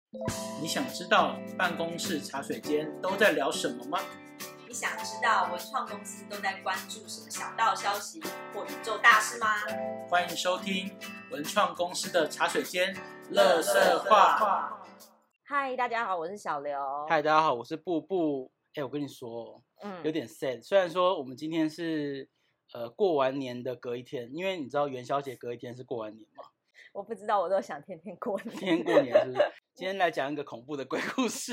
你想知道办公室茶水间都在聊什么吗？ 你想知道文创公司都在关注什么小道消息或宇宙大事吗？ 欢迎收听文创公司的茶水间垃圾话。 嗨，大家好，我是小刘。 嗨，大家好，我是布布。我跟你说，有点 sad。虽然说我们今天是过完年的隔一天，因为你知道元宵节隔一天是过完年吗？ 我不知道，我都想天天过年。 天天过年是不是？今天来讲一个恐怖的鬼故事。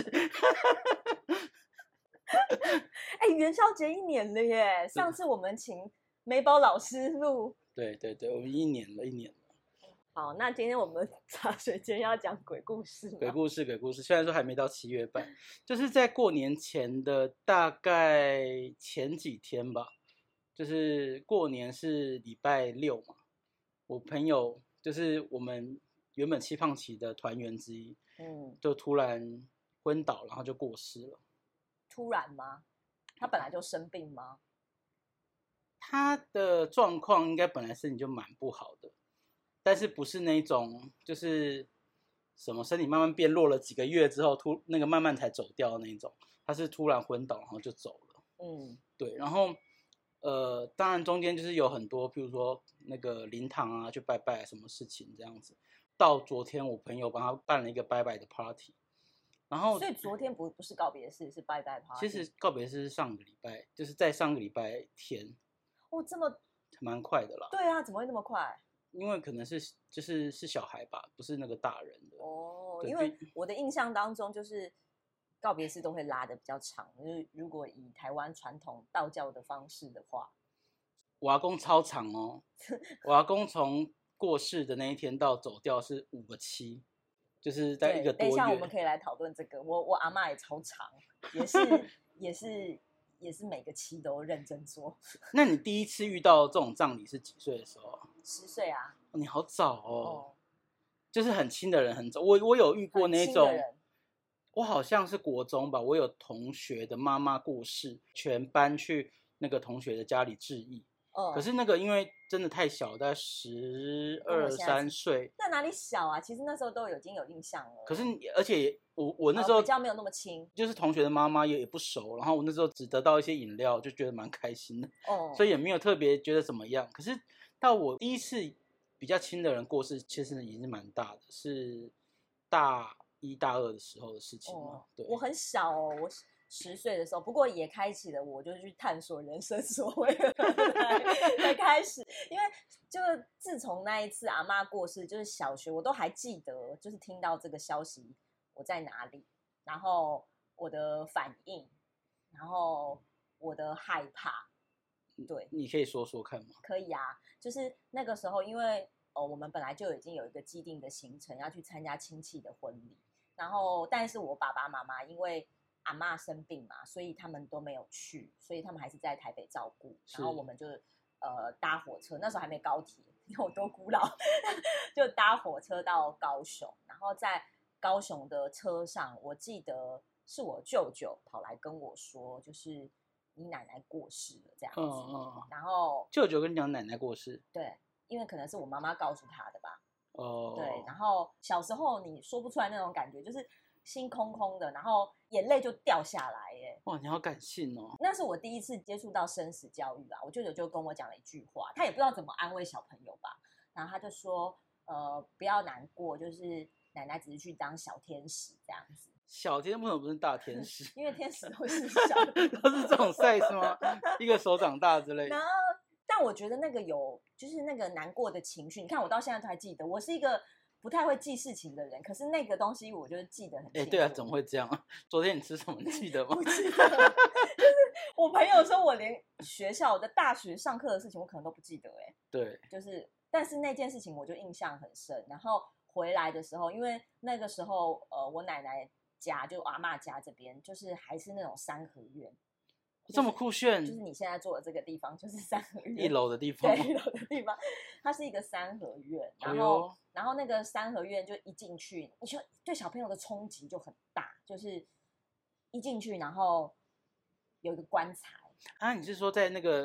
元宵节1年了耶！上次我们请美宝老师录。 对，我们1年了。 好，那今天我们茶水间要讲鬼故事吗？ 鬼故事，虽然说还没到7月半，就是在过年前的大概前几天吧，就是过年是礼拜6嘛，我朋友就是我们原本气胖期的团员之一，就突然昏倒，然后就过世了。 突然吗？他本来就生病吗？ 他的状况应该本来身体就蛮不好的，但是不是那种就是什么身体慢慢变弱了几个月之后那个慢慢才走掉的那种，他是突然昏倒然后就走了。对，然后当然中间就是有很多，譬如说那个灵堂啊去拜拜什么事情这样子。到昨天我朋友帮他办了一个拜拜的 party， 然后所以昨天不是告别式，是拜拜 party。 其实告别式是上个礼拜，就是在上个礼拜天。 这么蛮快的啦。 对啊，怎么会那么快？ 因为可能是小孩吧，不是那个大人的。 因为我的印象当中就是告别式都会拉的比较长，就是如果以台湾传统道教的方式的话， 我阿公超长哦。我阿公从过世的那一天到走掉是5个7，就是在1个多月。 等一下我们可以来讨论这个。我阿嬷也超长，也是每个7都认真做。 那你第一次遇到这种葬礼是几岁的时候 ？10岁啊。 你好早哦。就是很亲的人很早。我有遇过那种，我好像是国中吧，我有同学的妈妈过世，全班去那个同学的家里致意。可是那个因为真的太小，大概12、13岁。 那哪里小啊？其实那时候都已经有印象了。 可是而且我那时候比较没有那么亲， 就是同学的妈妈也不熟，然后我那时候只得到一些饮料，就觉得蛮开心的。所以也没有特别觉得怎么样。可是到我第一次比较亲的人过世，其实已经是蛮大的，是大1、大2的时候的事情嘛。对， 我很小哦，我10岁的时候，不过也开启了我就是去探索人生所谓的才开始。因为就是自从那一次阿嬷过世，就是小学我都还记得，就是听到这个消息我在哪里，然后我的反应，然后我的害怕。对， 你可以说说看吗？ 可以啊，就是那个时候因为我们本来就已经有一个既定的行程要去参加亲戚的婚礼，然后但是我爸爸妈妈因为阿嬷生病嘛，所以他们都没有去，所以他们还是在台北照顾。然后我们就搭火车，那时候还没高铁，你看我多古老，就搭火车到高雄。然后在高雄的车上，我记得是我舅舅跑来跟我说，就是你奶奶过世了这样子。然后舅舅跟你讲奶奶过世。 对，因为可能是我妈妈告诉他的吧。 对， 然后小时候你说不出来那种感觉，就是心空空的，然后眼泪就掉下来耶。 哇，你好感性哦。 那是我第一次接触到生死教育啦。我舅舅就跟我讲了一句话，他也不知道怎么安慰小朋友吧，然后他就说不要难过，就是奶奶只是去当小天使这样子。 小天使为什么不是大天使？ 因为天使都是小的都是这种 size 吗？一个手掌大之类的。 然后但我觉得那个就是那个难过的情绪，你看我到现在都还记得。我是一个不太会记事情的人，可是那个东西我就记得很清楚。 对啊，怎么会这样？昨天你吃什么？你记得吗？ 不记得。就是我朋友说我连学校的大学上课的事情我可能都不记得。 对， 就是但是那件事情我就印象很深。然后回来的时候，因为那个时候我奶奶家就阿嬷家这边就是还是那种3合院。 这么酷炫。 就是你现在坐的这个地方就是3合院 ，1楼的地方。 对，1楼的地方，它是一个3合院。然后那个3合院就一进去，你说对小朋友的冲击就很大，就是一进去然后有一个棺材啊。你是说在那个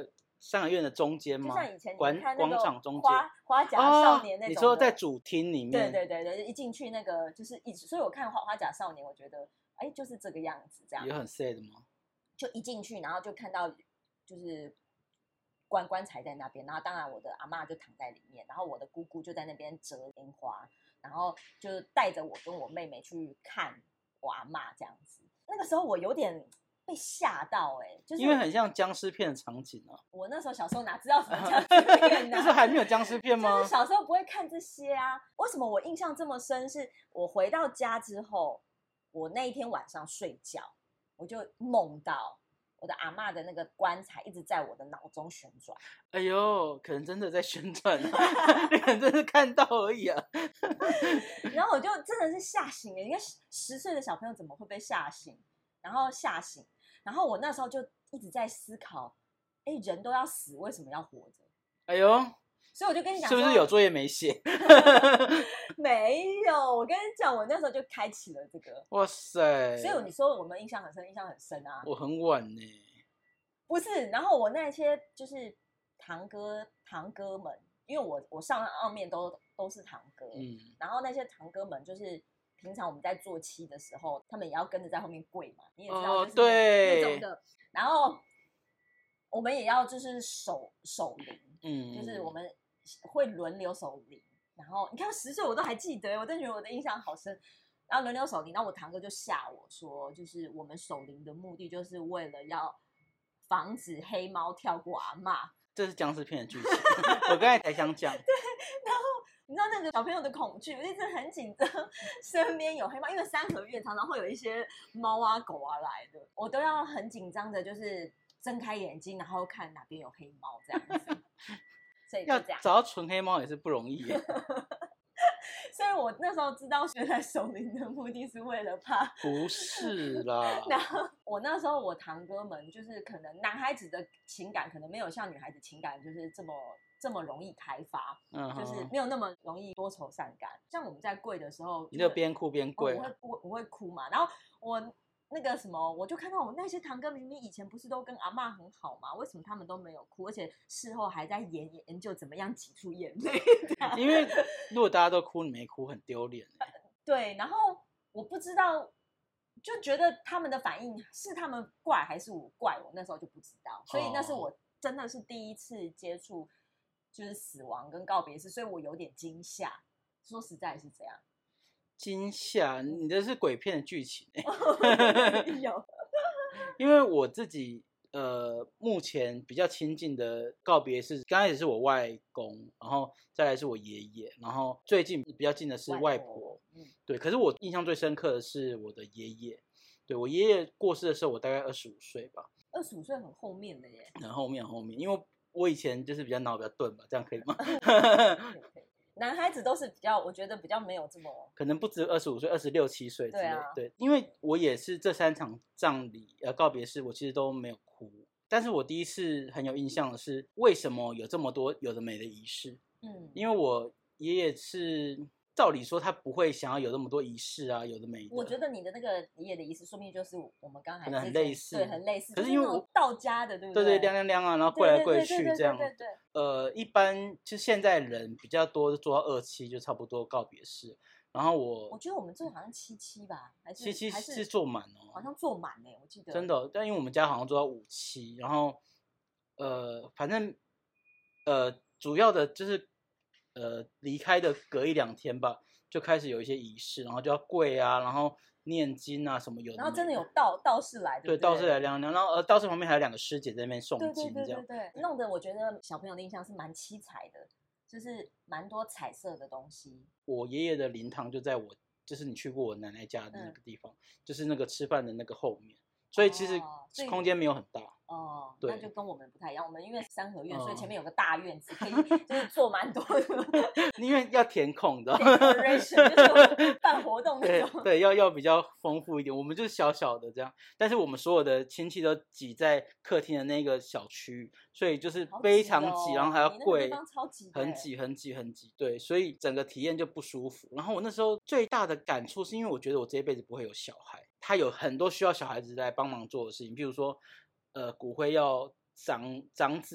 三合院的中间吗？ 就像以前你广看那个场中间花甲少年那种的、 你说在主厅里面？ 对，一进去那个就是一直，所以我看花甲少年，我觉得就是这个样子，这样也很 sad 吗？ 就一进去，然后就看到就是棺材在那边，然后当然我的阿嬷就躺在里面，然后我的姑姑就在那边折莲花，然后就带着我跟我妹妹去看我阿嬷这样子。那个时候我有点被吓到就是因为很像僵尸片的场景啊。 我那时候小时候哪知道什么僵尸片呢、 那时候还没有僵尸片吗？ 就是小时候不会看这些啊。为什么我印象这么深？是我回到家之后，我那一天晚上睡觉，我就梦到我的阿嬷的那个棺材一直在我的脑中旋转。 哎呦，可能真的在旋转啊，你可能真是看到而已啊。 然后我就真的是吓醒了，你看10岁的小朋友怎么会被吓醒？然后吓醒，然后我那时候就一直在思考，人都要死，为什么要活着？ 哎呦， 所以我就跟你讲， 是不是有作业没写？ 没有，我跟你讲，我那时候就开启了这个。 哇塞！ 所以你说我们印象很深，印象很深啊。 我很晚呢。 不是，然后我那些就是堂哥们，因为我上岸面都是堂哥，然后那些堂哥们就是平常我们在做七的时候，他们也要跟着在后面跪嘛，你也知道，就是那种的。然后我们也要就是守灵，就是我们会轮流守灵。然后你看10岁我都还记得，我真的觉得我的印象好深。然后轮流守灵，然后我堂哥就吓我说，就是我们守灵的目的就是为了要防止黑猫跳过阿嬷。 这是僵尸片的剧情，我刚才才想讲。 对，然后你知道那个小朋友的恐惧，我一直很紧张，身边有黑猫，因为三合院常常会有一些猫啊狗啊来的，我都要很紧张的，就是睁开眼睛，然后看哪边有黑猫这样子。所以就这样， 要找到纯黑猫也是不容易耶。 所以我那时候知道原来守灵的目的是为了怕， 不是啦。 然后我那时候我堂哥们就是可能男孩子的情感可能没有像女孩子情感就是这么容易开发，就是没有那么容易多愁善感。像我们在跪的时候， 你就边哭边跪我会哭嘛。然后我那个什么，我就看到我那些堂哥明明以前不是都跟阿嬷很好吗？为什么他们都没有哭，而且事后还在研究怎么样挤出眼泪？ 因为如果大家都哭你没哭很丢脸。 对，然后我不知道，就觉得他们的反应是他们怪还是我怪，我那时候就不知道。所以那是我真的是第一次接触就是死亡跟告别式，所以我有点惊吓。说实在是这样。 惊吓，你这是鬼片的剧情有， 因为我自己目前比较亲近的告别是，刚开始是我外公，然后再来是我爷爷，然后最近比较近的是外婆。对，可是我印象最深刻的是我的爷爷。对，我爷爷过世的时候，我大概25岁吧。 25岁很后面的耶。 很后面，因为我以前就是比较脑比较钝吧，这样可以吗？ 男孩子都是比较，我觉得比较没有这么， 可能不止25岁，26、7岁之类。 对， 因为我也是这3场葬礼告别式，我其实都没有哭。但是我第一次很有印象的是，为什么有这么多有的没的仪式？因为我爷爷是。照理说他不会想要有那么多仪式啊，有的没的。 我觉得你的那个爷爷的仪式，说不定就是我们刚才可能很类似， 对，很类似。 可是因为我道家的，对不对？ 对，亮亮亮啊，然后跪来跪去这样。 对。 一般就现在人比较多，做到27就差不多告别式。然后我觉得我们这好像77吧，还是 77是做满哦， 好像做满呢，我记得。 真的，但因为我们家好像做到57，然后反正主要的就是离开的隔1、2天吧，就开始有一些仪式，然后就要跪啊，然后念经啊什么有的。 然后真的有道士来， 对，道士来亮亮，然后道士旁边还有2个师姐在那边诵经，这样。 对，弄得我觉得小朋友的印象是蛮七彩的，就是蛮多彩色的东西。 我爷爷的灵堂就在就是你去过我奶奶家的那个地方，就是那个吃饭的那个后面，所以其实空间没有很大。 对，那就跟我们不太一样。我们因为三合院，所以前面有个大院子，可以就是做蛮多的。 因为要填空的 ，decoration 就是办活动那种。 对，要比较丰富一点。我们就是小小的这样，但是我们所有的亲戚都挤在客厅的那个小区域，所以就是非常挤，然后还要跪，很挤。对，所以整个体验就不舒服。然后我那时候最大的感触是因为我觉得我这一辈子不会有小孩，他有很多需要小孩子来帮忙做的事情，比如说骨灰要长子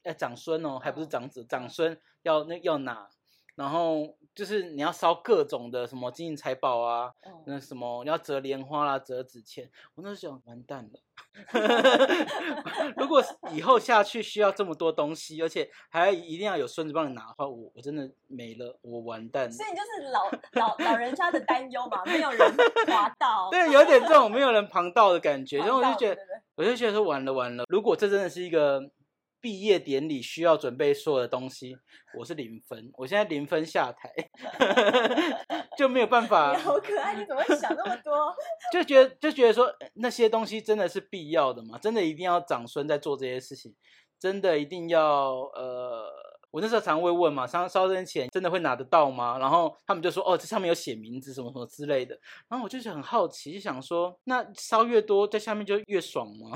长孙哦，还不是长子，长孙要拿。然后就是你要烧各种的什么金银财宝啊，那什么你要折莲花啦，折纸钱，我那时候想完蛋了。如果以后下去需要这么多东西，而且还一定要有孙子帮你拿的话，我真的没了，我完蛋了。 所以你就是老人家的担忧嘛，没有人滑到。 对，有点这种没有人旁道的感觉，然后我就觉得说完了，如果这真的是一个毕业典礼需要准备所有的东西，我是0分，我现在0分下台，就没有办法。 你好可爱，你怎么会想那么多？ 就觉得说那些东西真的是必要的吗？真的一定要长孙在做这些事情？真的一定要我那时候常会问嘛，烧这些钱真的会拿得到吗？然后他们就说这上面有写名字什么什么之类的。然后我就是很好奇，就想说那烧越多在下面就越爽吗？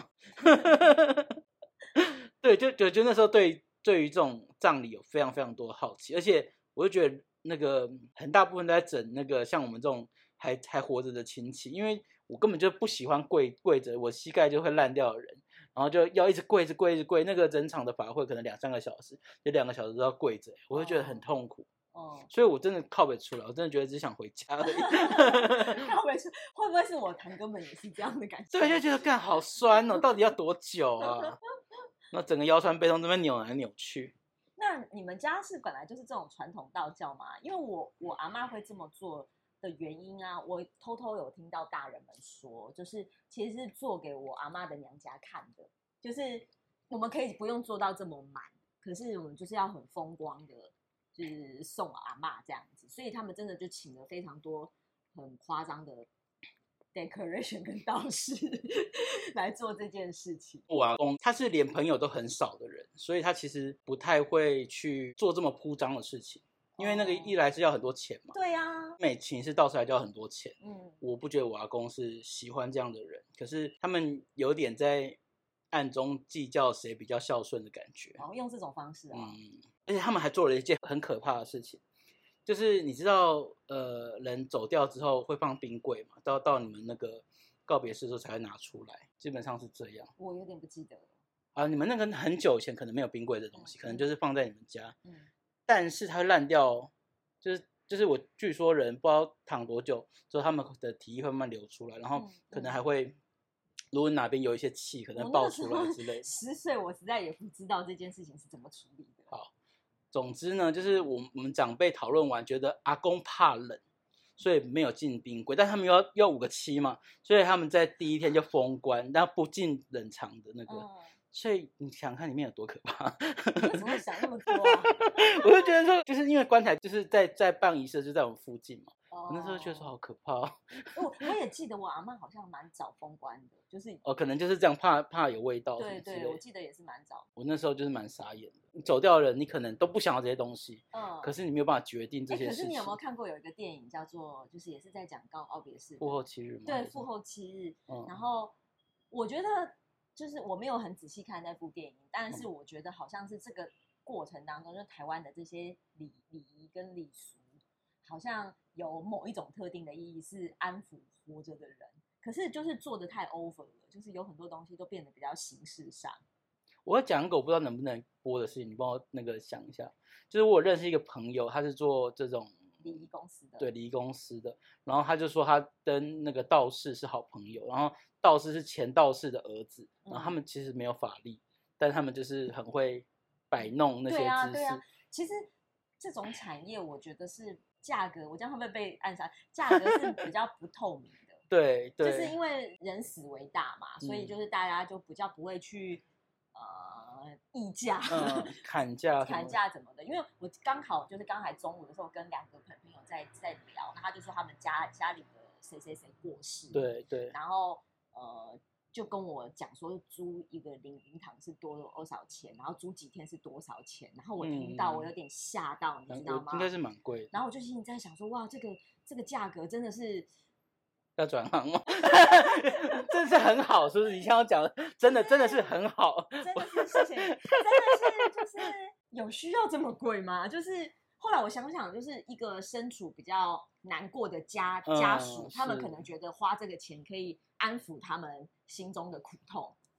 对，就那时候对于这种葬礼有非常非常多的好奇，而且我就觉得那个很大部分都在整那个像我们这种还活着的亲戚，因为我根本就不喜欢跪着，我膝盖就会烂掉的人，然后就要一直跪，那个整场的法会可能2-3个小时，就2个小时都要跪着，我会觉得很痛苦。所以我真的靠不出来，我真的觉得只想回家而已。 靠不出，会不会是我堂哥们也是这样的感觉？ 对，就觉得干好酸哦，到底要多久啊？那整个腰酸背痛这边扭来扭去。 那你们家是本来就是这种传统道教吗？因为我阿嬷会这么做的原因啊，我偷偷有听到大人们说，就是其实是做给我阿嬷的娘家看的，就是我们可以不用做到这么满，可是我们就是要很风光的，就是送阿嬷这样子，所以他们真的就请了非常多很夸张的decoration 跟道士来做这件事情。 我阿公他是连朋友都很少的人，所以他其实不太会去做这么铺张的事情，因为那个一来是要很多钱嘛。 对啊， 每请一次道士来就要很多钱。我不觉得我阿公是喜欢这样的人，可是他们有点在暗中计较谁比较孝顺的感觉。 用这种方式啊。 而且他们还做了一件很可怕的事情。就是你知道，人走掉之后会放冰柜嘛？到你们那个告别式的时候才会拿出来，基本上是这样。 我有点不记得了。 啊，你们那个很久以前可能没有冰柜的东西，可能就是放在你们家。但是它会烂掉，就是我据说人不知道躺多久之后，他们的体液会慢慢流出来，然后可能还会，如果哪边有一些气，可能爆出来之类的。 10岁我实在也不知道这件事情是怎么处理的。 好。总之呢，就是我们长辈讨论完，觉得阿公怕冷，所以没有进冰柜，但他们要5个7嘛，所以他们在第一天就封关，然后不进冷藏的那个。所以你想看里面有多可怕？ 你怎么会想那么多啊？ 我就觉得说，就是因为棺材就是在办仪式，就在我们附近嘛。我那时候觉得说好可怕哦。 我也记得我阿嬷好像蛮早封关的，就是可能就是这样怕有味道。 对，我记得也是蛮早。 我那时候就是蛮傻眼的，你走掉的人，你可能都不想要这些东西，可是你没有办法决定这些事情。 可是你有没有看过有一个电影叫做，就是也是在讲告别式， 父后7日吗？ 对，父后7日。然后我觉得就是我没有很仔细看那部电影，但是我觉得好像是这个过程当中，就台湾的这些礼仪跟礼俗，好像有某一种特定的意义，是安抚活着的人。可是就是做的太 over 了，就是有很多东西都变得比较形式上。 我要讲一个我不知道能不能播的事情，你帮我那个想一下。就是我认识一个朋友，他是做这种礼仪公司的， 对，礼仪公司的。然后他就说他跟那个道士是好朋友，然后道士是前道士的儿子，然后他们其实没有法力，但他们就是很会摆弄那些姿势。 对啊，其实这种产业我觉得是价格，我这样会不会被暗杀？价格是比较不透明的。 对， 就是因为人死为大嘛，所以就是大家就比较不会去议价、 砍价怎么的。因为我刚好中午的时候跟2个朋友在聊，那他就说他们家里的谁过世， 对， 然后就跟我讲说租一个灵堂是多少钱，然后租几天是多少钱，然后我听到我有点吓到，你知道吗？ 应该是蛮贵的。 然后我就心里在想说，哇，这个价格真的是。 要转行吗？真是很好，是不是？你像要讲，真的是很好， 真的是谢谢你，真的是就是有需要这么贵吗？就是后来我想想，就是一个身处比较难过的家属，他们可能觉得花这个钱可以安抚他们心中的苦痛。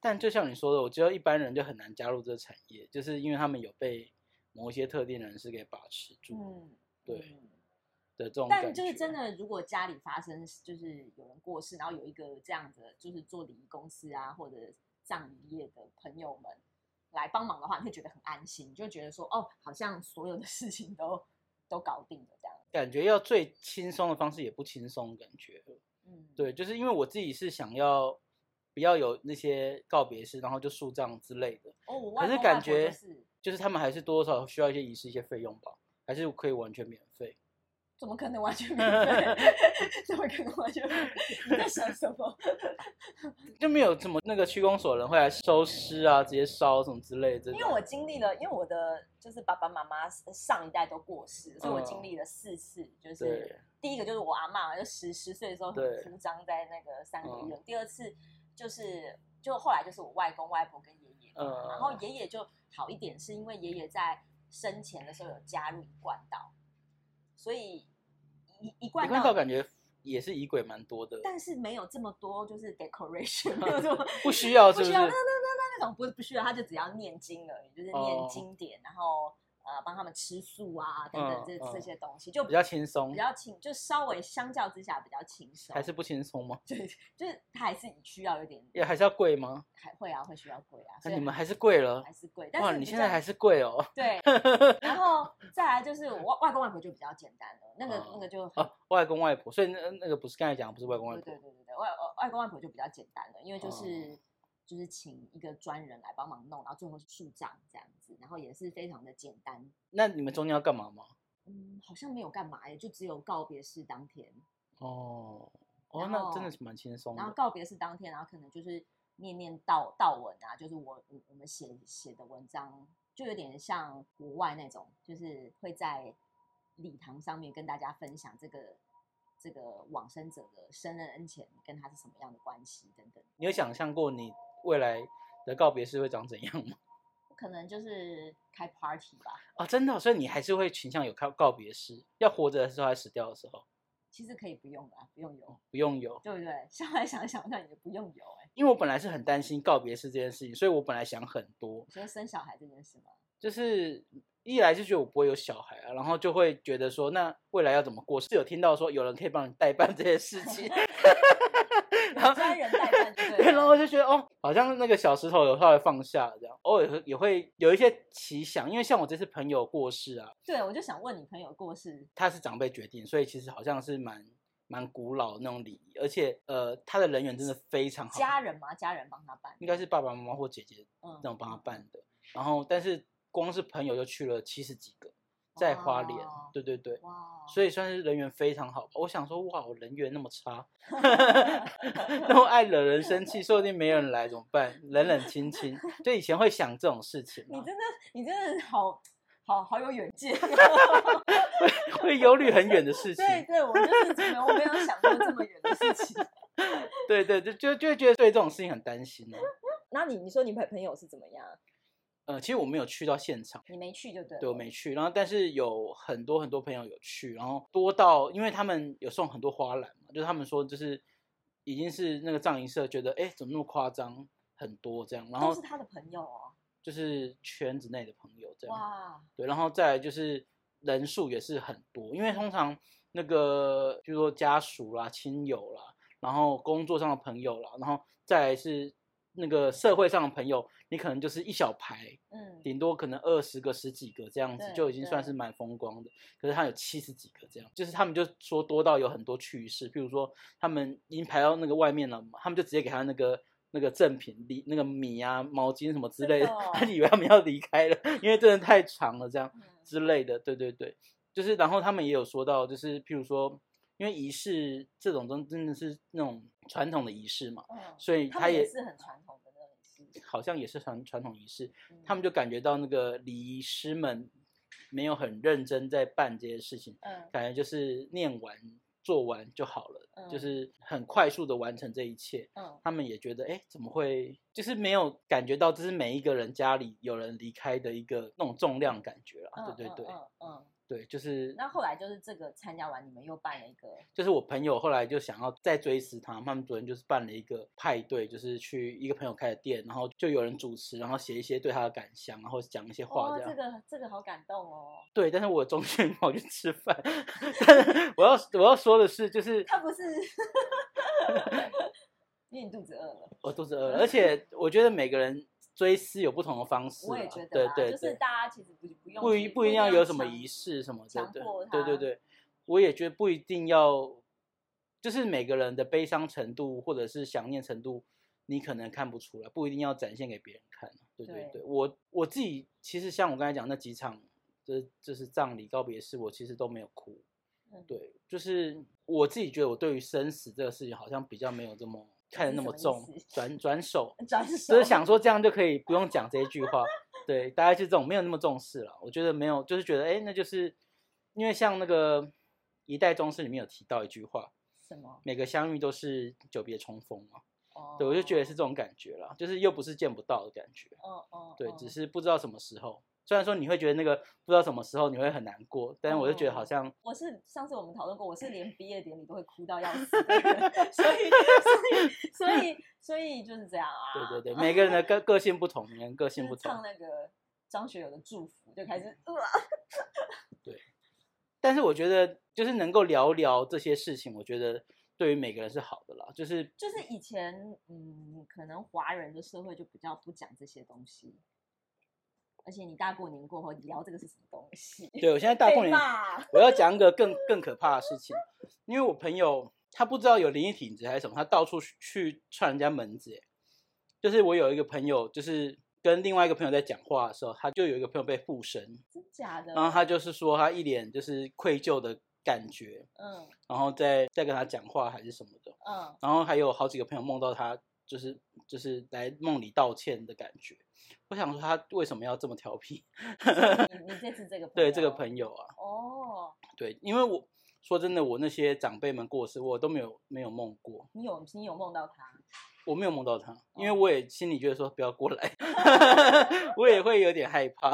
但就像你说的，我觉得一般人就很难加入这个产业，就是因为他们有被某一些特定人士给把持住，对的这种感觉。 但就是真的，如果家里发生就是有人过世，然后有一个这样子就是做礼仪公司啊或者葬仪业的朋友们来帮忙的话，你会觉得很安心，就觉得说哦，好像所有的事情都搞定了这样。 感觉要最轻松的方式也不轻松，感觉。对，就是因为我自己是想要不要有那些告别式，然后就树葬之类的。可是感觉就是他们还是多多少少需要一些仪式、一些费用吧，还是可以完全免费？ 怎么可能完全免费？怎么可能完全免费？你在想什么？ 就没有什么那个区公所的人会来收尸啊，直接烧什么之类的。 因为我经历了，因为我的就是爸爸妈妈上一代都过世，所以我经历了4次。就是第一个就是我阿嬷，就10岁的时候很铺张在那个3个医院。第二次就后来就是我外公外婆跟爷爷，然后爷爷就好一点，是因为爷爷在生前的时候有加入一贯道，所以一贯道感觉也是仪轨蛮多的， 但是没有这么多，就是 decoration 没有这么不需要，是不是？ 不需要那种不需要，他就只要念经而已，就是念经典，然后帮他们吃素啊等等这些东西，就比较轻松， 比较轻，就稍微相较之下比较轻松。 还是不轻松吗？ 对，就是他还是需要有点， 也还是要贵吗？ 还会啊，会需要贵啊。 那你们还是贵了， 还是贵，但是哇，你现在还是贵哦。 对，然后再来就是我外公外婆就比较简单了，那个就外公外婆，所以那个不是刚才讲不是外公外婆， 对，外公外婆就比较简单了，因为就是请一个专人来帮忙弄，然后最后是树葬这样子，然后也是非常的简单。 那你们中间要干嘛吗？ 好像没有干嘛耶，就只有告别式当天。 那真的是蛮轻松的。 然后告别式当天，然后可能就是念悼文啊，就是我们写的文章，就有点像国外那种，就是会在礼堂上面跟大家分享这个往生者的生人恩前跟他是什么样的关系等等。 你有想象过你未来的告别式会长怎样吗？ 可能就是开 party 吧。 真的，所以你还是会倾向有告别式，要活着的时候还是死掉的时候？ 其实可以不用啦，不用有， 不用有， 对不对？现在想一想，那也不用有因为我本来是很担心告别式这件事情，所以我本来想很多。 你说生小孩这件事吗？ 就是一来就觉得我不会有小孩啊，然后就会觉得说，那未来要怎么过？是有听到说有人可以帮你代办这些事情。 有专人代办，对。 然后我就觉得好像那个小石头有稍微放下这样，偶尔也会有一些奇想，因为像我这次朋友过世啊， 对，我就想问你朋友过世， 他是长辈决定，所以其实好像是蛮古老的那种礼仪，而且他的人缘真的非常好。 家人吗？家人帮他办？ 应该是爸爸妈妈或姐姐那种帮他办的。然后，但是光是朋友就去了70几个。在花莲，对，所以算是人缘非常好吧。我想说，哇，我人缘那么差，那么爱惹人生气，说不定没人来怎么办？冷冷清清，就以前会想这种事情。 你真的好有远见， 会忧虑很远的事情。 对，我就是我没有想过这么远的事情。 对，就会觉得对这种事情很担心哦。 那你说你朋友是怎么样？ 其实我没有去到现场， 你没去就对了。 对，我没去。然后，但是有很多朋友有去，然后多到，因为他们有送很多花篮嘛，就是他们说，就是已经是那个葬仪社觉得，怎么那么夸张，很多这样。然后都是他的朋友哦， 就是圈子内的朋友这样。 哇， 对，然后再来就是人数也是很多，因为通常那个就是说家属啦、亲友啦，然后工作上的朋友啦，然后再来是那个社会上的朋友，你可能就是一小排，顶多可能20个、10几个这样子，就已经算是蛮风光的。可是他有70几个这样，就是他们就说多到有很多趣事，譬如说他们已经排到那个外面了嘛，他们就直接给他那个赠品，那个米啊、毛巾什么之类的，他以为他们要离开了，因为真的太长了这样之类的。对，就是然后他们也有说到，就是譬如说，因为仪式这种真的是那种传统的仪式嘛，所以他也是很传统的那种仪式， 好像也是传统仪式，他们就感觉到那个礼仪师们没有很认真在办这些事情，感觉就是念完做完就好了，就是很快速的完成这一切。他们也觉得，怎么会，就是没有感觉到这是每一个人家里有人离开的一个那种重量感觉啦。对， 对，就是那后来就是这个参加完，你们又办了一个， 就是我朋友后来就想要再追思他们昨天就是办了一个派对，就是去一个朋友开的店，然后就有人主持，然后写一些对他的感想，然后讲一些话这样。 这个好感动哦。 对，但是我中间跑去吃饭，但是我要说的是，就是他不是，因为你肚子饿了。 我肚子饿了，而且我觉得每个人追思有不同的方式， 我也觉得啦， 对， 就是大家其实不用不一定要有什么仪式什么的， 强迫他。 对，我也觉得不一定要，就是每个人的悲伤程度或者是想念程度，你可能看不出来，不一定要展现给别人看。对，我自己其实像我刚才讲那几场，就是葬礼告别式，我其实都没有哭。对，就是我自己觉得我对于生死这个事情好像比较没有这么看得那么重，转手，就是想说这样就可以不用讲这一句话。对，大概就这种没有那么重视了。我觉得没有，就是觉得那就是因为像那个《一代宗师》里面有提到一句话， 什么？ 每个相遇都是久别重逢嘛。 哦， 对，我就觉得是这种感觉啦，就是又不是见不到的感觉。对，只是不知道什么时候。虽然说你会觉得那个不知道什么时候你会很难过，但是我就觉得好像我是上次我们讨论过，我是连毕业典礼都会哭到要死的人，所以就是这样啊。 对，每个人的个性不同，每个人个性不同。 唱那个张学友的《祝福》就开始对，但是我觉得就是能够聊聊这些事情，我觉得对于每个人是好的啦。就是以前可能华人的社会就比较不讲这些东西。而且你大过年过后聊这个是什么东西？ 对，我现在大过年，我要讲一个更可怕的事情，因为我朋友他不知道有灵异体质还是什么，他到处去串人家门子。就是我有一个朋友，就是跟另外一个朋友在讲话的时候，他就有一个朋友被附身， 真假的？ 然后他就是说他一脸就是愧疚的感觉，然后再跟他讲话还是什么的，然后还有好几个朋友梦到他，就是来梦里道歉的感觉。我想说他为什么要这么调皮？ 你这次这个朋友对这个朋友啊，对，因为我说真的，我那些长辈们过世，我都没有梦过。 你有梦到他？ 我没有梦到他，因为我也心里觉得说不要过来，我也会有点害怕。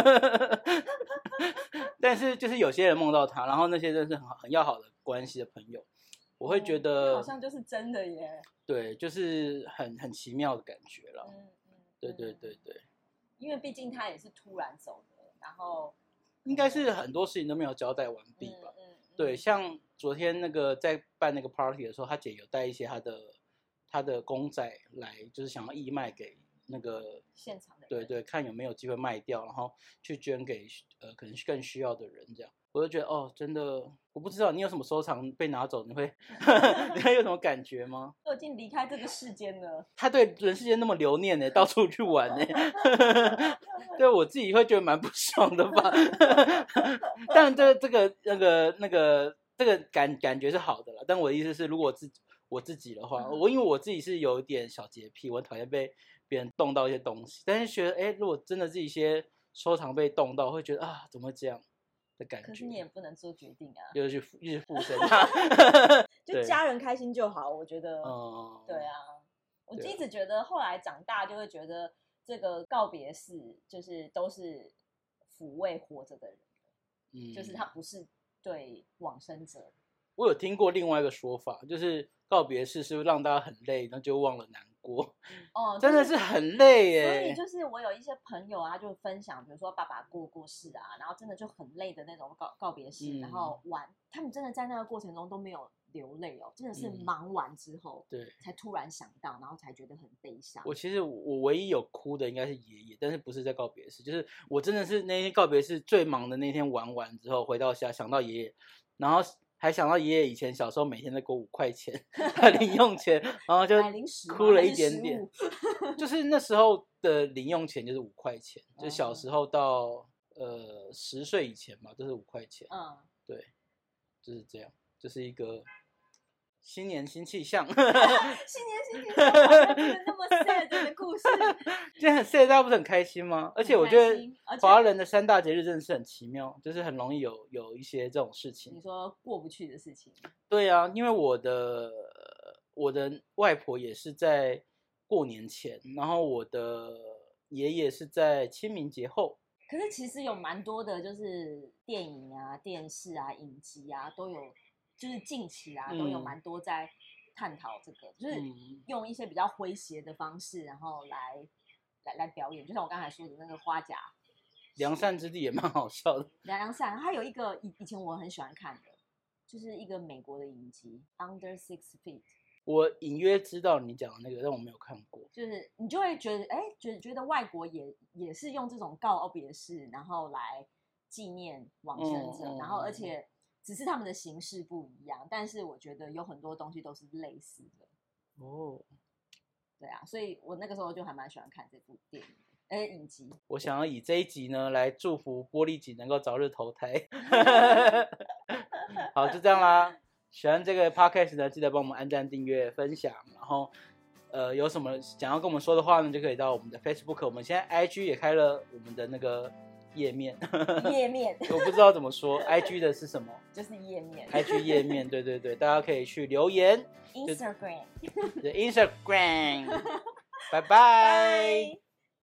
但是就是有些人梦到他，然后那些真是很要好的关系的朋友，我会觉得好像就是真的耶。 对，就是很奇妙的感觉了。对， 因为毕竟他也是突然走的，然后应该是很多事情都没有交代完毕吧。对，像昨天那个在办那个 party 的时候，他姐有带一些他的公仔来，就是想要义卖给那个现场的人。 对，看有没有机会卖掉，然后去捐给可能更需要的人这样。我就觉得真的，我不知道你有什么收藏被拿走，你会有什么感觉吗？ 都已经离开这个世间了， 他对人世间那么留念呢，到处去玩呢，对我自己会觉得蛮不爽的吧。但这个感觉是好的啦。但我的意思是，如果我自己的话，因为我自己是有一点小洁癖，我讨厌被别人动到一些东西，但是觉得如果真的是一些收藏被动到，会觉得怎么会这样的感觉。 可是你也不能做决定啊， 就是去附身他。 就家人开心就好，我觉得。对啊，我一直觉得后来长大就会觉得这个告别式就是都是抚慰活着的人，就是他不是对往生者。 我有听过另外一个说法，就是告别式是让大家很累，然后就忘了难过。真的是很累耶。 所以就是我有一些朋友啊，就分享，比如说爸爸过世啊，然后真的就很累的那种告别式，然后他们真的在那个过程中都没有流泪真的是忙完之后， 对， 才突然想到，然后才觉得很悲伤。 其实我唯一有哭的应该是爷爷，但是不是在告别式，就是我真的是那天告别式最忙的那天玩完之后回到家想到爷爷，然后还想到爷爷以前小时候每天在给我5块钱零用钱，然后就哭了一点点。就是那时候的零用钱就是5块钱，就小时候到10岁以前嘛，都是5块钱。对，就是这样，就是一个新年新气象。新年新气象，不能那么 sad 的故事。 今天很 sad， 大家不是很开心吗？而且我觉得华人的3大节日真的是很奇妙，就是很容易有一些这种事情。 你说过不去的事情？ 对啊，因为我的外婆也是在过年前，然后我的爷爷是在清明节后。 可是其实有蛮多的，就是电影啊、电视啊、影集啊，都有，就是近期啊都有蛮多在探讨这个，就是用一些比较诙谐的方式，然后来表演。就像我刚才说的那个花甲良善之地也蛮好笑的。 良善，还有一个以前我很喜欢看的，就是一个美国的影集《Under 6 Feet》。 我隐约知道你讲的那个，但我没有看过。 就是你就会觉得，哎，觉得外国也是用这种告别式，然后来纪念往生者，然后而且只是他们的形式不一样，但是我觉得有很多东西都是类似的。 哦， 对啊，所以我那个时候就还蛮喜欢看这部电影影集。 我想要以这一集呢来祝福玻璃姐能够早日投胎。好，就这样啦。喜欢这个 podcast 呢，记得帮我们按赞、订阅、分享。然后，有什么想要跟我们说的话呢，就可以到我们的 Facebook。我们现在 IG 也开了我们的那个页面。 页面， 我不知道怎么说 ，IG 的是什么？ 就是页面。 IG 页面，对对对，大家可以去留言。 Instagram。 Instagram。拜拜。